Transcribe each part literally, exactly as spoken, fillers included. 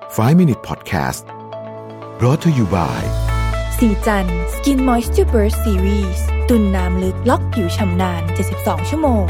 ไฟว์ minute podcast brought to you by สีจัน Skin Moisture Burst Series ตุ่นน้ำลึกล็อกผิวชำนานเจ็ดสิบสองชั่วโมง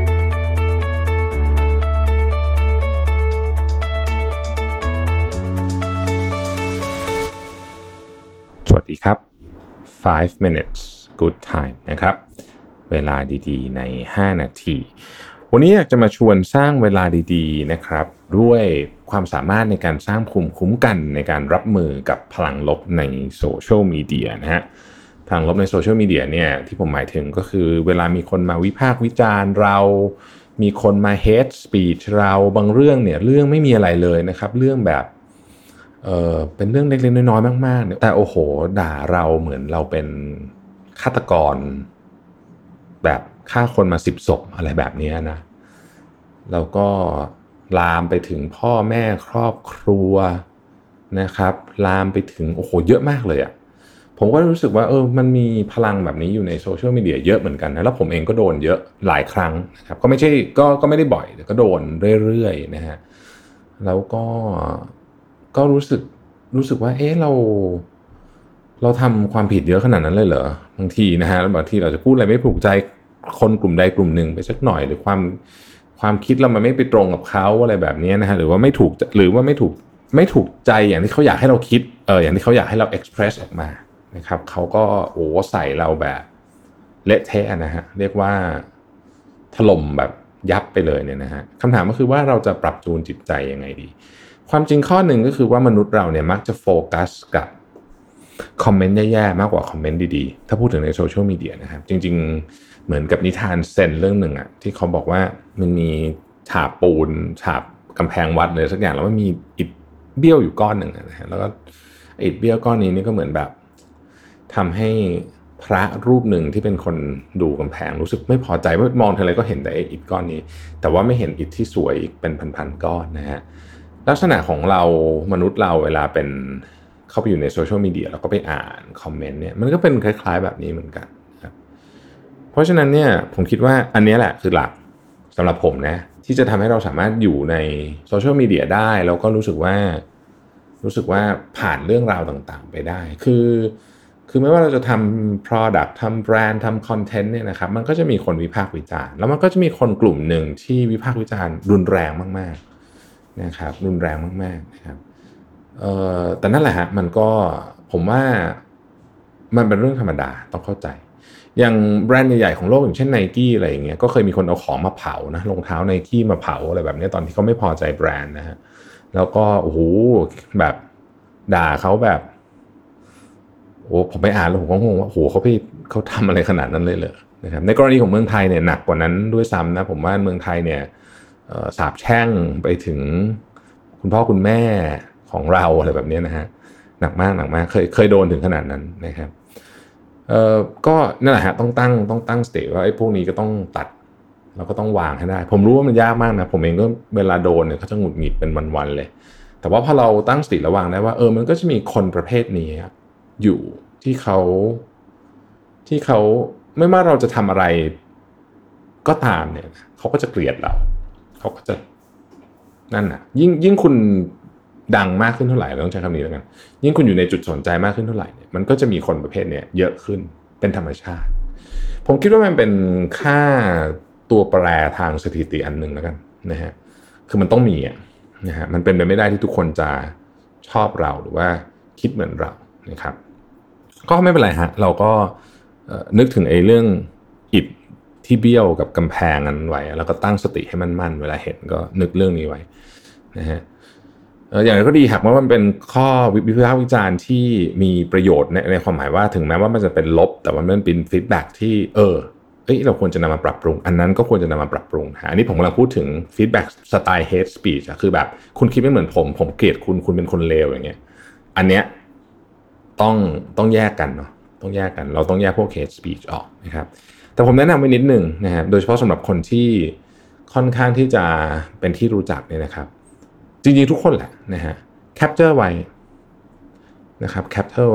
สวัสดีครับไฟว์ minutes good time นะครับเวลาดีๆในห้านาทีวันนี้อยากจะมาชวนสร้างเวลาดีๆนะครับด้วยความสามารถในการสร้างภูมิคุ้มกันในการรับมือกับพลังลบในโซเชียลมีเดียนะฮะพลังลบในโซเชียลมีเดียเนี่ยที่ผมหมายถึงก็คือเวลามีคนมาวิพากษ์วิจารณ์เรามีคนมา hate speech เราบางเรื่องเนี่ยเรื่องไม่มีอะไรเลยนะครับเรื่องแบบเออเป็นเรื่องเล็กๆน้อยๆมากๆเนี่ยแต่โอ้โหด่าเราเหมือนเราเป็นฆาตกรแบบฆ่าคนมาสิบศพอะไรแบบนี้นะแล้วก็ลามไปถึงพ่อแม่ครอบครัวนะครับลามไปถึงโอ้โหเยอะมากเลยอ่ะผมก็รู้สึกว่าเออมันมีพลังแบบนี้อยู่ในโซเชียลมีเดียเยอะเหมือนกันนะแล้วผมเองก็โดนเยอะหลายครั้งนะครับก็ไม่ใช่ก็ก็ไม่ได้บ่อยแต่ก็โดนเรื่อยๆนะฮะแล้วก็ก็รู้สึกรู้สึกว่าเอ๊ะเราเราทำความผิดเยอะขนาดนั้นเลยเหรอบางทีนะฮะบางทีเราจะพูดอะไรไม่ถูกใจคนกลุ่มใดกลุ่มหนึ่งไปสักหน่อยหรือความความคิดเรามันไม่ไปตรงกับเขาอะไรแบบนี้นะฮะหรือว่าไม่ถูกหรือว่าไม่ถูกไม่ถูกใจอย่างที่เขาอยากให้เราคิดเอออย่างที่เขาอยากให้เรา express ออกมานะครับเขาก็โอ้ใส่เราแบบเละเทะนะฮะเรียกว่าถล่มแบบยับไปเลยเนี่ยนะฮะคำถามก็คือว่าเราจะปรับจูนจิตใจยังไงดีความจริงข้อหนึ่งก็คือว่ามนุษย์เราเนี่ยมักจะโฟกัสกับคอมเมนต์แย่ๆมากกว่าคอมเมนต์ดีๆถ้าพูดถึงในโซเชียลมีเดียนะครับจริงๆเหมือนกับนิทานเซนเรื่องหนึ่งอะที่เขาบอกว่ามันมีฉาบปูนฉาบกำแพงวัดเลยสักอย่างแล้วมันมีอิฐเบี้ยวอยู่ก้อนหนึ่งนะฮะแล้วก็อิฐเบี้ยวก้อนนี้นี่ก็เหมือนแบบทำให้พระรูปหนึ่งที่เป็นคนดูกำแพงรู้สึกไม่พอใจว่ามองทีไรก็เห็นแต่อิฐก้อนนี้แต่ว่าไม่เห็นอิฐที่สวยอีกเป็นพันๆก้อนนะฮะลักษณะของเรามนุษย์เราเวลาเป็นเข้าไปอยู่ในโซเชียลมีเดียแล้วก็ไปอ่านคอมเมนต์เนี่ยมันก็เป็นคล้ายๆแบบนี้เหมือนกันครับเพราะฉะนั้นเนี่ยผมคิดว่าอันนี้แหละคือหลักสำหรับผมนะที่จะทำให้เราสามารถอยู่ในโซเชียลมีเดียได้แล้วก็รู้สึกว่ารู้สึกว่าผ่านเรื่องราวต่างๆไปได้คือคือไม่ว่าเราจะทำ product ทำแบรนด์ทำคอนเทนต์เนี่ยนะครับมันก็จะมีคนวิพากษ์วิจารณ์แล้วมันก็จะมีคนกลุ่มหนึ่งที่วิพากษ์วิจารณ์รุนแรงมากๆนะครับรุนแรงมากๆนะครับเอ่อแต่นั่นแหละฮะมันก็ผมว่ามันเป็นเรื่องธรรมดาต้องเข้าใจอย่างแบรนด์ใหญ่ๆของโลกอย่างเช่น Nike อะไรอย่างเงี้ยก็เคยมีคนเอาของมาเผานะรองเท้า Nike มาเผาอะไรแบบนี้ตอนที่เขาไม่พอใจแบรนด์นะฮะแล้วก็โอ้โหแบบด่าเขาแบบโอ้ผมไปอ่านแล้วผมก็งงว่าโอ้โหเขาพี่เขาทำอะไรขนาดนั้นเลยเหรอนะครับในกรณีของเมืองไทยเนี่ยหนักกว่านั้นด้วยซ้ำนะผมว่าเมืองไทยเนี่ยสาปแช่งไปถึงคุณพ่อคุณแม่ของเราอะไรแบบนี้นะฮะหนักมากหนักมากเคยเคยโดนถึงขนาดนั้นนะครับเอ่อก็นั่นแหละฮะต้องตั้งต้องตั้งสติว่าไอ้พวกนี้ก็ต้องตัดแล้วก็ต้องวางให้ได้ผมรู้ว่ามันยากมากนะผมเองก็เวลาโดนเนี่ยก็จะหงุดหงิดเป็นวันๆเลยแต่ว่าพอเราตั้งสติระวังได้ว่าเออมันก็จะมีคนประเภทนี้อยู่ที่เขาที่เขาไม่ว่าเราจะทำอะไรก็ตามเนี่ยเขาก็จะเกลียดเราเขาก็จะนั่นน่ะยิ่งยิ่งคุณดังมากขึ้นเท่าไหร่เราต้องใช้คำนี้แล้วกันยิ่งคุณอยู่ในจุดสนใจมากขึ้นเท่าไหร่เนี่ยมันก็จะมีคนประเภทเนี้ยเยอะขึ้นเป็นธรรมชาติผมคิดว่ามันเป็นค่าตัวแปรทางสถิติอันหนึ่งแล้วกันนะฮะคือมันต้องมีอ่ะนะฮะมันเป็นไปไม่ได้ที่ทุกคนจะชอบเราหรือว่าคิดเหมือนเรานะครับก็ไม่เป็นไรฮะเราก็นึกถึงไอ้เรื่องอิฐที่เบี้ยวกับกำแพงนั้นไว้แล้วก็ตั้งสติให้มันมั่นเวลาเห็นก็นึกเรื่องนี้ไว้นะฮะอย่างไรก็ดีหากว่ามันเป็นข้อวิพากษ์วิจารณ์ที่มีประโยชน์ในในความหมายว่าถึงแม้ว่ามันจะเป็นลบแต่ว่ามันเป็นฟีดแบ็กที่เออเอ้ยเราควรจะนำมาปรับปรุงอันนั้นก็ควรจะนำมาปรับปรุงอันนี้ผมกำลังพูดถึงฟีดแบ็กสไตล์ hate speech อะคือแบบคุณคิดไม่เหมือนผมผมเกลียดคุณคุณเป็นคนเลวอย่างเงี้ยอันเนี้ยต้องต้องแยกกันเนาะต้องแยกกันเราต้องแยกพวก hate speech ออกนะครับแต่ผมแนะนำไว้นิดนึงนะฮะโดยเฉพาะสำหรับคนที่ค่อนข้างที่จะเป็นที่รู้จักเนี่ยนะครับจริงๆทุกคนแหละนะฮะแคปเจอร์ไว้นะครับแคปเจอร์ไว้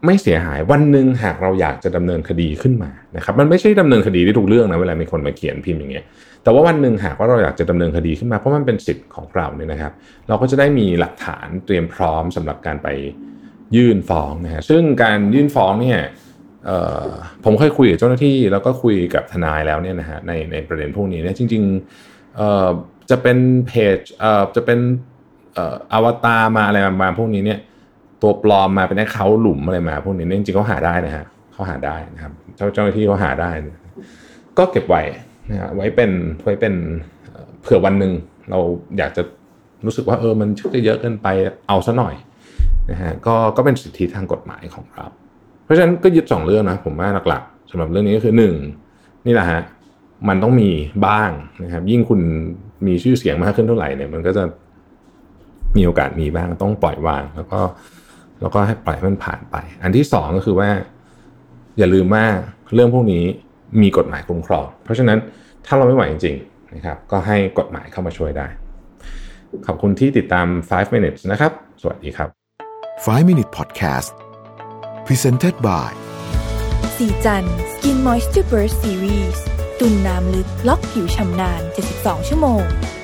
ไม่เสียหายวันนึงหากเราอยากจะดำเนินคดีขึ้นมานะครับมันไม่ใช่ดำเนินคดีได้ทุกเรื่องนะเวลามีคนมาเขียนพิมพ์อย่างเงี้ยแต่ว่าวันนึงหากว่าเราอยากจะดำเนินคดีขึ้นมาเพราะมันเป็นสิทธิ์ของเราเนี่ยนะครับเราก็จะได้มีหลักฐานเตรียมพร้อมสำหรับการไปยื่นฟ้องนะฮะซึ่งการยื่นฟ้องเนี่ยผมเคยคุยกับเจ้าหน้าที่แล้วก็คุยกับทนายแล้วเนี่ยนะฮะในในประเด็นพวกนี้เนี่ยจริงๆจะเป็นเพจจะเป็นอวตารมาอะไรมาพวกนี้เนี่ยตัวปลอมมาเป็นแอคเคาท์หลุมอะไรมาพวกนี้จริงๆเขาหาได้นะฮะเขาหาได้นะครับเจ้าเจ้าหน้าที่เขาหาได้ก็เก็บไว้นะฮะไว้เป็นไว้เป็นเผื่อวันหนึ่งเราอยากจะรู้สึกว่าเออมันจะเยอะเกินไปเอาซะหน่อยนะฮะก็ก็เป็นสิทธิทางกฎหมายของเราเพราะฉะนั้นก็ยึดสองเรื่องนะผมว่าหลักๆสำหรับเรื่องนี้ก็คือหนึ่งนี่แหละฮะมันต้องมีบ้างนะครับยิ่งคุณมีชื่อเสียงมากขึ้นเท่าไหร่เนี่ยมันก็จะมีโอกาสมีบ้างต้องปล่อยวางแล้วก็แล้วก็ให้ปล่อยให้มันผ่านไปอันที่สองก็คือว่าอย่าลืมว่าเรื่องพวกนี้มีกฎหมายคุ้มครองเพราะฉะนั้นถ้าเราไม่ไหวจริงๆนะครับก็ให้กฎหมายเข้ามาช่วยได้ขอบคุณที่ติดตามไฟว์ minutes นะครับสวัสดีครับไฟว์ minute podcast presented by สีจัน Skin Moisture Burst Series ตุ่นน้ำลึกล็อกผิวชำนานเจ็ดสิบสองชั่วโมง